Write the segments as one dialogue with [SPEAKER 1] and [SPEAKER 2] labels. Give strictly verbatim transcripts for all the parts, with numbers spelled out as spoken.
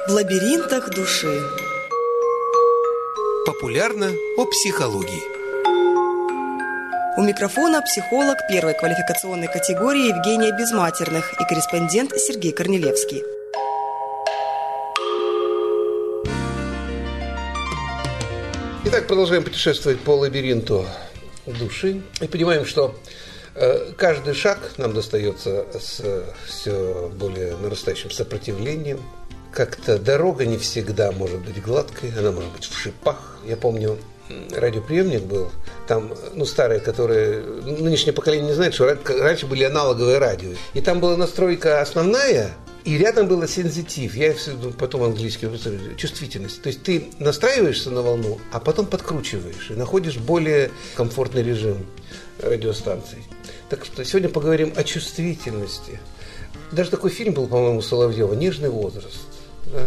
[SPEAKER 1] В лабиринтах души.
[SPEAKER 2] Популярно о психологии.
[SPEAKER 1] У микрофона психолог первой квалификационной категории Евгения Безматерных и корреспондент Сергей Корнелевский.
[SPEAKER 3] Итак, продолжаем путешествовать по лабиринту души и понимаем, что э, каждый шаг нам достается с э, все более нарастающим сопротивлением. Как-то дорога не всегда может быть гладкой, она может быть в шипах. Я помню, радиоприемник был, там, ну, старые, которые, нынешнее поколение не знает, что раньше были аналоговые радио. И там была настройка основная, и рядом было сенситив. Я потом английский чувствительность. То есть ты настраиваешься на волну, а потом подкручиваешь и находишь более комфортный режим радиостанций. Так что сегодня поговорим о чувствительности. Даже такой фильм был, по-моему, Соловьева «Нежный возраст». Да?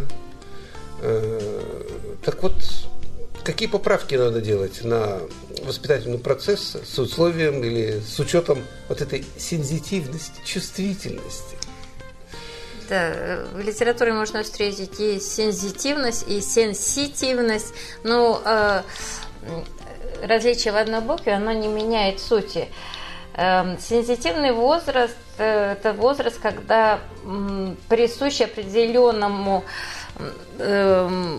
[SPEAKER 3] Так вот, какие поправки надо делать на воспитательный процесс с условием или с учетом вот этой сенситивности, чувствительности?
[SPEAKER 4] Да, в литературе можно встретить и сенситивность, и сенситивность. Но э, различие в одной букве, оно не меняет сути. Э, сенситивный возраст э, – это возраст, когда э, присущ определенному, э,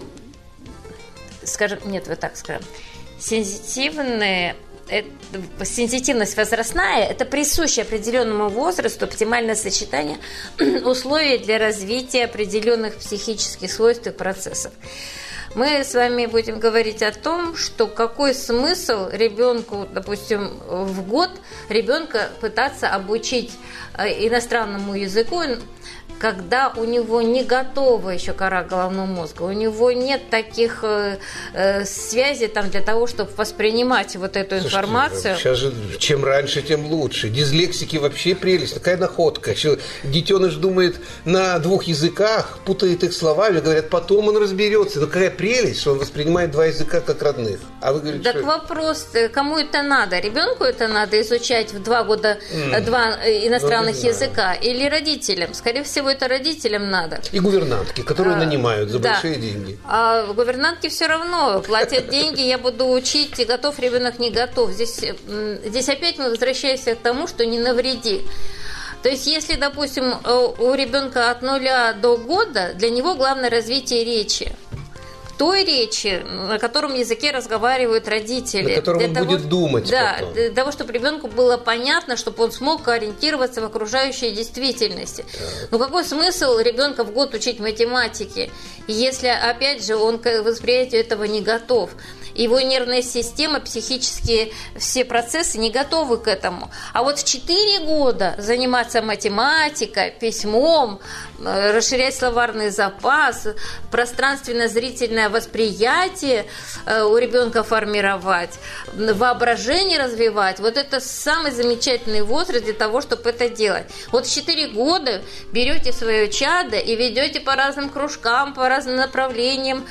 [SPEAKER 4] скажем, нет, вот так скажем, сенситивные. Это, сенситивность возрастная – это присущее определенному возрасту оптимальное сочетание условий для развития определенных психических свойств и процессов. Мы с вами будем говорить о том, что какой смысл ребенку, допустим, в год ребенка пытаться обучить иностранному языку, когда у него не готова еще кора головного мозга, у него нет таких э, э, связей там, для того, чтобы воспринимать вот эту Слушайте, информацию.
[SPEAKER 3] Сейчас же чем раньше, тем лучше. Дислексики вообще прелесть, такая находка. Детеныш думает на двух языках, путает их словами, говорят, потом он разберется. Но какая прелесть, что он воспринимает два языка как родных. А вы говорите,
[SPEAKER 4] так
[SPEAKER 3] что...
[SPEAKER 4] вопрос, кому это надо? Ребенку это надо изучать в два года mm. два иностранных ну, языка или родителям? Скорее всего, это родителям надо.
[SPEAKER 3] И гувернантки, которые а, нанимают за
[SPEAKER 4] да.
[SPEAKER 3] большие деньги.
[SPEAKER 4] А гувернантки все равно платят деньги, я буду учить, и готов ребенок, не готов. Здесь, здесь опять мы возвращаемся к тому, что не навреди. То есть, если, допустим, у ребенка от нуля до года, для него главное развитие речи. Той речи, на котором языке разговаривают родители.
[SPEAKER 3] На котором он
[SPEAKER 4] того,
[SPEAKER 3] будет думать
[SPEAKER 4] Да,
[SPEAKER 3] потом.
[SPEAKER 4] Для того, чтобы ребенку было понятно, чтобы он смог ориентироваться в окружающей действительности. Так. Ну какой смысл ребенка в год учить математике, если, опять же, он к восприятию этого не готов? Его нервная система, психические все процессы не готовы к этому. А вот в четыре года заниматься математикой, письмом, расширять словарный запас, пространственно-зрительное восприятие у ребенка формировать, воображение развивать, вот это самый замечательный возраст для того, чтобы это делать. Вот в четыре года берете свое чадо и ведете по разным кружкам, по разным направлениям,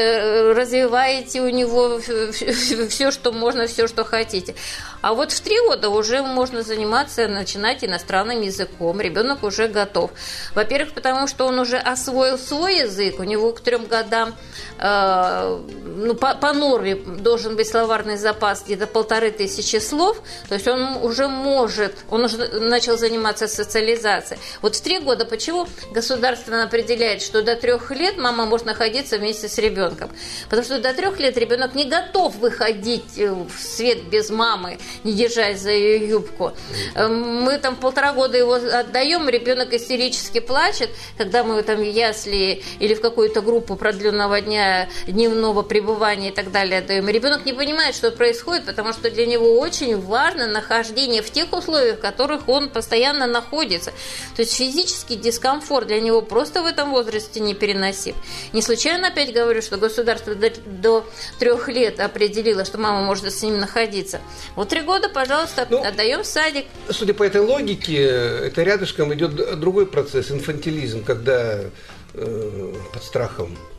[SPEAKER 4] развиваете у него все, что можно, все, что хотите. А вот в три года уже можно заниматься, начинать иностранным языком. Ребенок уже готов. Во-первых, потому что он уже освоил свой язык. У него к трем годам э, ну, по, по норме должен быть словарный запас где-то полторы тысячи слов. То есть он уже может, он уже начал заниматься социализацией. Вот в три года почему государство определяет, что до трех лет мама может находиться вместе с ребенком? Потому что до трех лет ребенок не готов выходить в свет без мамы, не держась за ее юбку. Мы там полтора года его отдаем, ребенок истерически плачет, когда мы там в ясли или в какую-то группу продленного дня, дневного пребывания и так далее отдаем. И ребенок не понимает, что происходит, потому что для него очень важно нахождение в тех условиях, в которых он постоянно находится. То есть физический дискомфорт для него просто в этом возрасте непереносим. Не случайно опять говорю, что государство до, до трех лет определило, что мама может с ним находиться. Вот три года, пожалуйста, ну, отдаем в садик.
[SPEAKER 3] Судя по этой логике, это рядышком идет другой процесс, инфантилизм, когда э, под страхом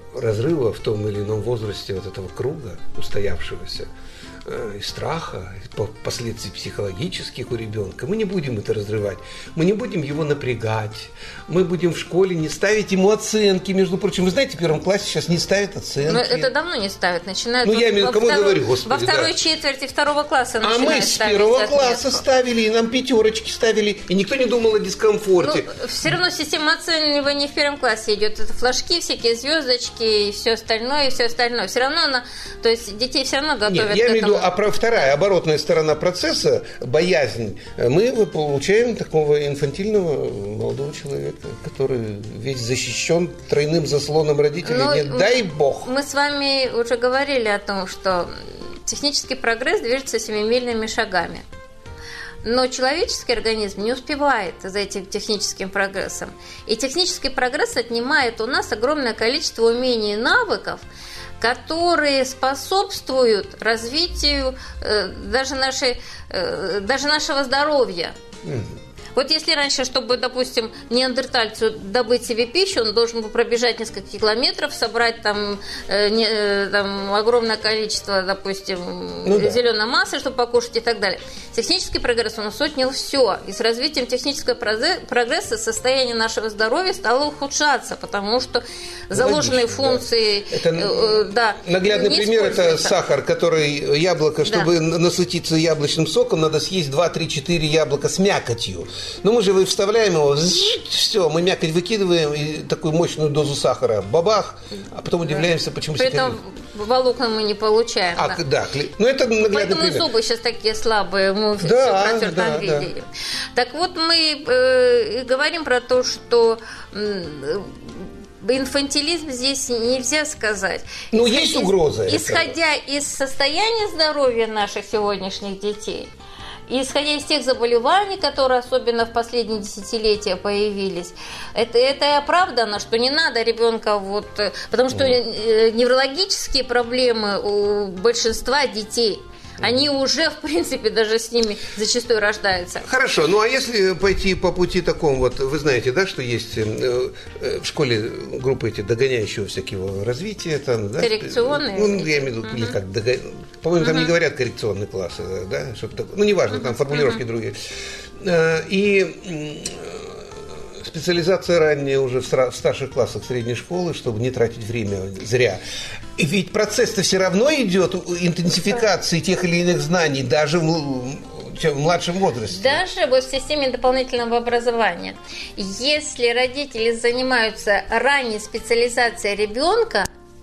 [SPEAKER 3] разрыва в том или ином возрасте вот этого круга устоявшегося, и страха, и последствий психологических у ребенка. Мы не будем это разрывать, мы не будем его напрягать, мы будем в школе не ставить ему оценки. Между прочим, вы знаете, в первом классе сейчас не ставят оценки. Но
[SPEAKER 4] это давно не ставят, начинают.
[SPEAKER 3] Ну, я имею, кому говорю, господи,
[SPEAKER 4] во второй
[SPEAKER 3] да.
[SPEAKER 4] четверти второго класса начинают
[SPEAKER 3] ставить. А мы с первого класса ставили, и нам пятерочки ставили, и никто не думал о дискомфорте.
[SPEAKER 4] Ну, все равно система оценивания в первом классе идет. Это флажки, всякие звездочки, и все остальное, и все остальное. Все равно она, то есть детей все равно готовят.
[SPEAKER 3] Нет, я
[SPEAKER 4] к
[SPEAKER 3] имею в виду,
[SPEAKER 4] этому.
[SPEAKER 3] а про вторая, оборотная сторона процесса, боязнь, мы получаем такого инфантильного молодого человека, который весь защищен тройным заслоном родителей.
[SPEAKER 4] Но
[SPEAKER 3] не дай бог.
[SPEAKER 4] Мы с вами уже говорили о том, что технический прогресс движется семимильными шагами. Но человеческий организм не успевает за этим техническим прогрессом. И технический прогресс отнимает у нас огромное количество умений и навыков, которые способствуют развитию э, даже, нашей, э, даже нашего здоровья. Mm-hmm. Вот если раньше, чтобы, допустим, неандертальцу добыть себе пищу, он должен был пробежать несколько километров, собрать там, э, не, э, там огромное количество, допустим, ну, да. зеленой массы, чтобы покушать и так далее. Технический прогресс у нас отнял все. И с развитием технического прогресса состояние нашего здоровья стало ухудшаться, потому что заложенные Логично, функции...
[SPEAKER 3] Да. Это
[SPEAKER 4] э, да,
[SPEAKER 3] наглядный пример – это сахар, который яблоко, чтобы да. насытиться яблочным соком, надо съесть два, три, четыре яблока с мякотью. Но мы же вы вставляем его, все, мы мякоть выкидываем, и такую мощную дозу сахара, бабах, а потом удивляемся, почему...
[SPEAKER 4] При этом волокна мы не получаем.
[SPEAKER 3] А, да. да. Ну, это наглядный
[SPEAKER 4] Поэтому
[SPEAKER 3] пример.
[SPEAKER 4] Зубы сейчас такие слабые, мы
[SPEAKER 3] да,
[SPEAKER 4] все в протертом
[SPEAKER 3] да,
[SPEAKER 4] виде.
[SPEAKER 3] Да.
[SPEAKER 4] Так вот, мы э, говорим про то, что... Э, инфантилизм здесь нельзя сказать.
[SPEAKER 3] Ну,
[SPEAKER 4] Исходя,
[SPEAKER 3] есть угроза.
[SPEAKER 4] Исходя
[SPEAKER 3] этого.
[SPEAKER 4] из состояния здоровья наших сегодняшних детей, и исходя из тех заболеваний, которые особенно в последние десятилетия появились, это, это и оправдано, что не надо ребенка, вот, потому что mm. неврологические проблемы у большинства детей, они уже, в принципе, даже с ними зачастую рождаются.
[SPEAKER 3] Хорошо, ну а если пойти по пути такому, вот вы знаете, да, что есть в школе группы эти догоняющего всякого развития, там, да?
[SPEAKER 4] Коррекционные?
[SPEAKER 3] Ну, я имею в виду, uh-huh. или как, дого... по-моему, там uh-huh. не говорят коррекционные классы, да, что-то такое. Ну, неважно, uh-huh. там формулировки uh-huh. другие. И специализация ранняя уже в старших классах средней школы, чтобы не тратить время зря. И ведь процесс-то все равно идет интенсификации тех или иных знаний, даже в, в младшем возрасте.
[SPEAKER 4] Даже вот в системе дополнительного образования. Если родители занимаются ранней специализацией ребенка,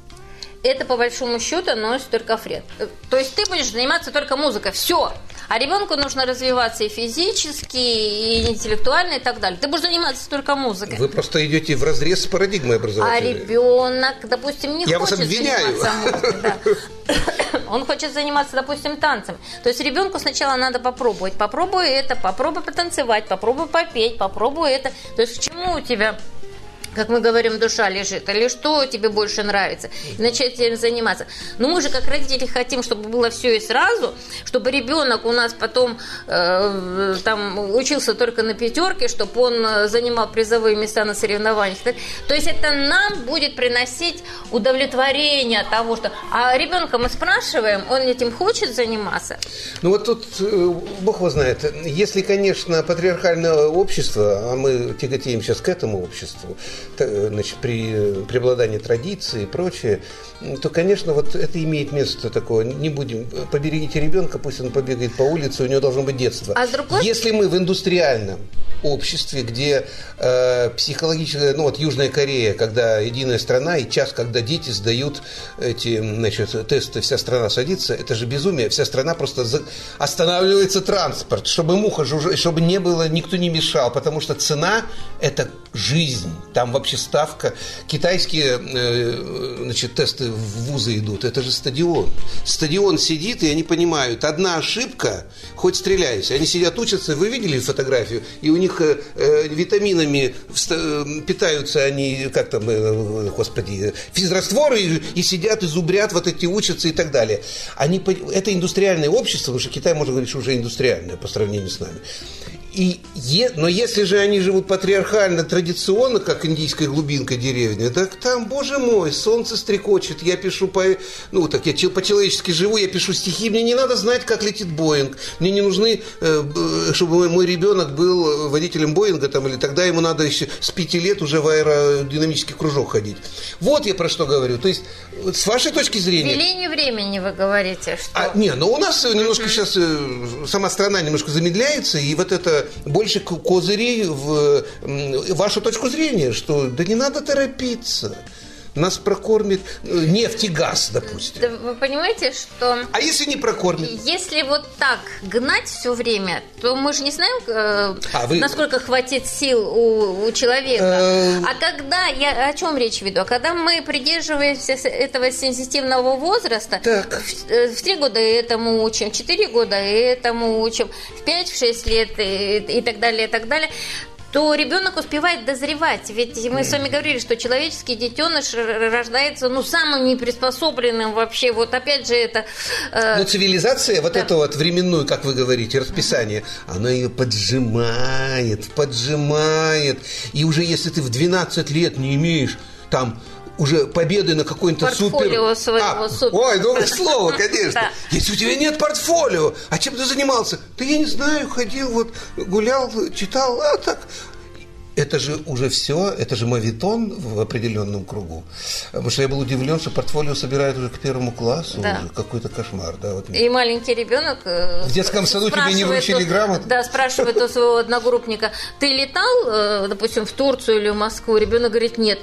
[SPEAKER 4] это по большому счету наносит только вред. То есть ты будешь заниматься только музыкой, все. А ребенку нужно развиваться и физически, и интеллектуально, и так далее. Ты будешь заниматься только музыкой.
[SPEAKER 3] Вы просто идете вразрез с парадигмой образовательной.
[SPEAKER 4] А ребенок, допустим, не
[SPEAKER 3] Я
[SPEAKER 4] хочет
[SPEAKER 3] вас обвиняю.
[SPEAKER 4] заниматься музыкой. Да. Он хочет заниматься, допустим, танцем. То есть ребенку сначала надо попробовать. Попробуй это, попробуй потанцевать, попробуй попеть, попробуй это. То есть к чему у тебя... как мы говорим, душа лежит, или что тебе больше нравится, и начать этим заниматься. Но мы же, как родители, хотим, чтобы было все и сразу, чтобы ребенок у нас потом э, там учился только на пятерке, чтобы он занимал призовые места на соревнованиях. То есть это нам будет приносить удовлетворение от того, что... А ребенка мы спрашиваем, он этим хочет заниматься?
[SPEAKER 3] Ну вот тут, Бог его знает, если, конечно, патриархальное общество, а мы тяготеем сейчас к этому обществу, значит, при преобладании традиций и прочее, то, конечно, вот это имеет место такое. Не будем, поберегите ребенка, пусть он побегает по улице, у него должно быть детство.
[SPEAKER 4] А другой...
[SPEAKER 3] Если мы в индустриальном обществе, где э, психологическая, ну вот Южная Корея, когда единая страна, и час, когда дети сдают эти, значит, тесты, вся страна садится, это же безумие, вся страна просто за... останавливается транспорт, чтобы муха жужжала, чтобы не было, никто не мешал, потому что цена – это жизнь, там вообще ставка. Китайские, э, значит, тесты в вузы идут, это же стадион. Стадион сидит, и они понимают, одна ошибка, хоть стреляйся. Они сидят, учатся, вы видели фотографию, и у них э, витаминами питаются они, как там, э, господи, физрастворы, и, и сидят, и зубрят, вот эти учатся и так далее. Они, это индустриальное общество, потому что Китай, можно говорить, что уже индустриальное по сравнению с нами. И е, но если же они живут патриархально, традиционно, как индийская глубинка деревня, так там, боже мой, солнце стрекочет, я пишу по... Ну, так я по-человечески живу, я пишу стихи, мне не надо знать, как летит Боинг. Мне не нужны, чтобы мой, мой ребенок был водителем Боинга, там, или тогда ему надо еще с пяти лет уже в аэродинамический кружок ходить. Вот я про что говорю. То есть, с вашей точки зрения...
[SPEAKER 4] Веление времени, вы говорите, что...
[SPEAKER 3] А, не, но у нас немножко uh-huh. сейчас сама страна немножко замедляется, и вот это больше козырей в вашу точку зрения, что да не надо торопиться. Нас прокормит нефть и газ, допустим.
[SPEAKER 4] Да, вы понимаете, что...
[SPEAKER 3] А если не прокормит?
[SPEAKER 4] Если вот так гнать все время, то мы же не знаем, э, а вы... насколько хватит сил у, у человека. Э... А когда, я о чем речь веду? А когда мы придерживаемся этого сенситивного возраста, так. в три года этому учим, в четыре года этому учим, в пять-шесть лет и, и так далее, и так далее, то ребенок успевает дозревать. Ведь мы с вами говорили, что человеческий детеныш рождается, ну, самым неприспособленным вообще. Вот опять же это... Э...
[SPEAKER 3] Но цивилизация, вот да. эту вот временную, как вы говорите, расписание, она ее поджимает, поджимает. И уже если ты в двенадцать лет не имеешь там... уже победы на какой-то супер...
[SPEAKER 4] Портфолио своего а, супер.
[SPEAKER 3] Ой, новое слово, конечно. Да. Если у тебя нет портфолио, а чем ты занимался? Да я не знаю, ходил, вот, гулял, читал, а так... Это же уже все, это же мавитон в определенном кругу. Потому что я был удивлен, что портфолио собирают уже к первому классу. Да. Уже какой-то кошмар. Да, вот.
[SPEAKER 4] И маленький ребенок...
[SPEAKER 3] В детском саду тебе не вручили грамоту?
[SPEAKER 4] Да, спрашивает у своего одногруппника, ты летал, допустим, в Турцию или в Москву? Ребенок говорит, нет.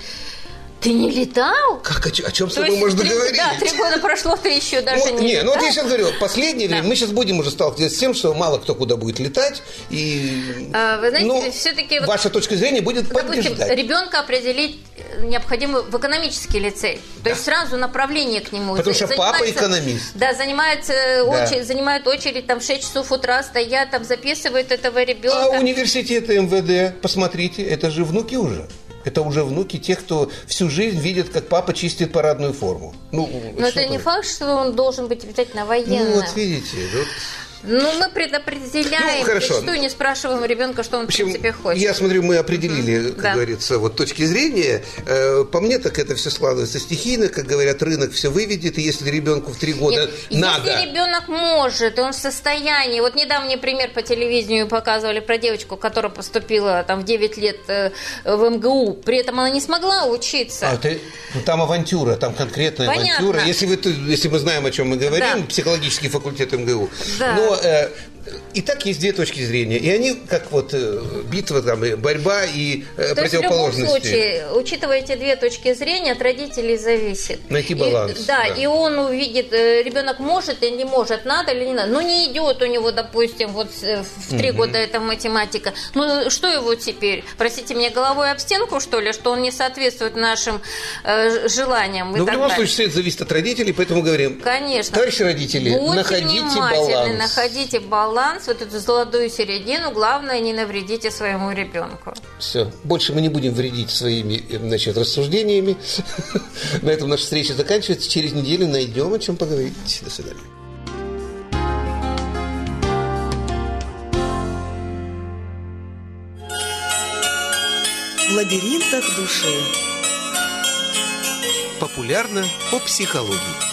[SPEAKER 4] Ты не летал?
[SPEAKER 3] Как, о, о чем с тобой можно
[SPEAKER 4] три,
[SPEAKER 3] говорить?
[SPEAKER 4] Да, три года прошло, ты еще даже
[SPEAKER 3] ну,
[SPEAKER 4] не
[SPEAKER 3] не,
[SPEAKER 4] летал.
[SPEAKER 3] Ну, вот я сейчас говорю, последнее время
[SPEAKER 4] да.
[SPEAKER 3] мы сейчас будем уже сталкиваться с тем, что мало кто куда будет летать, и
[SPEAKER 4] а, вы знаете,
[SPEAKER 3] ну,
[SPEAKER 4] все-таки
[SPEAKER 3] ваша вот, точка зрения будет
[SPEAKER 4] допустим,
[SPEAKER 3] побеждать.
[SPEAKER 4] Ребенка определить необходимо в экономический лицей. То да. есть сразу направление к нему.
[SPEAKER 3] Потому что папа экономист.
[SPEAKER 4] Да, занимается, да. Очередь, занимает очередь, там, в шесть часов утра стоят, там, записывают этого ребенка.
[SPEAKER 3] А университеты эм вэ дэ, посмотрите, это же внуки уже. Это уже внуки тех, кто всю жизнь видит, как папа чистит парадную форму. Ну,
[SPEAKER 4] но это не факт, что он должен быть обязательно военным.
[SPEAKER 3] Ну, вот видите, вот...
[SPEAKER 4] Ну, мы предопределяем,
[SPEAKER 3] ну, хорошо.
[SPEAKER 4] Зачастую не спрашиваем ребенка, что он в, общем, в принципе хочет.
[SPEAKER 3] Я смотрю, мы определили, mm-hmm. как да. говорится, вот точки зрения. По мне, так это все складывается стихийно, как говорят, рынок все выведет, и если ребенку в три года
[SPEAKER 4] Нет,
[SPEAKER 3] надо...
[SPEAKER 4] Если ребенок может, и он в состоянии... Вот недавний пример по телевидению показывали про девочку, которая поступила там в девять лет в эм гэ у, при этом она не смогла учиться.
[SPEAKER 3] А, ты, ну, там авантюра, там конкретная Понятно. авантюра. Если, вы, если мы знаем, о чем мы говорим, да. психологический факультет эм гэ у.
[SPEAKER 4] Да.
[SPEAKER 3] Но и так есть две точки зрения. И они как вот битва, там, и борьба и
[SPEAKER 4] То
[SPEAKER 3] противоположности.
[SPEAKER 4] В любом случае, учитывая эти две точки зрения, от родителей зависит.
[SPEAKER 3] Найти баланс.
[SPEAKER 4] И, да, да, и он увидит, ребенок может или не может, надо или не надо. Ну, не идет у него, допустим, вот в три угу. года эта математика. Ну, что его теперь? Простите меня, головой об стенку, что ли? Что он не соответствует нашим э, желаниям?
[SPEAKER 3] Ну, в любом случае, все это зависит от родителей, поэтому говорим.
[SPEAKER 4] Конечно.
[SPEAKER 3] Товарищи родители,
[SPEAKER 4] Будьте
[SPEAKER 3] находите баланс.
[SPEAKER 4] Находите баланс, вот эту золотую середину. Главное, не навредите своему ребенку.
[SPEAKER 3] Все. Больше мы не будем вредить своими, значит, рассуждениями. На этом наша встреча заканчивается. Через неделю найдем о чем поговорить. До свидания.
[SPEAKER 1] В лабиринтах души.
[SPEAKER 2] Популярно о психологии.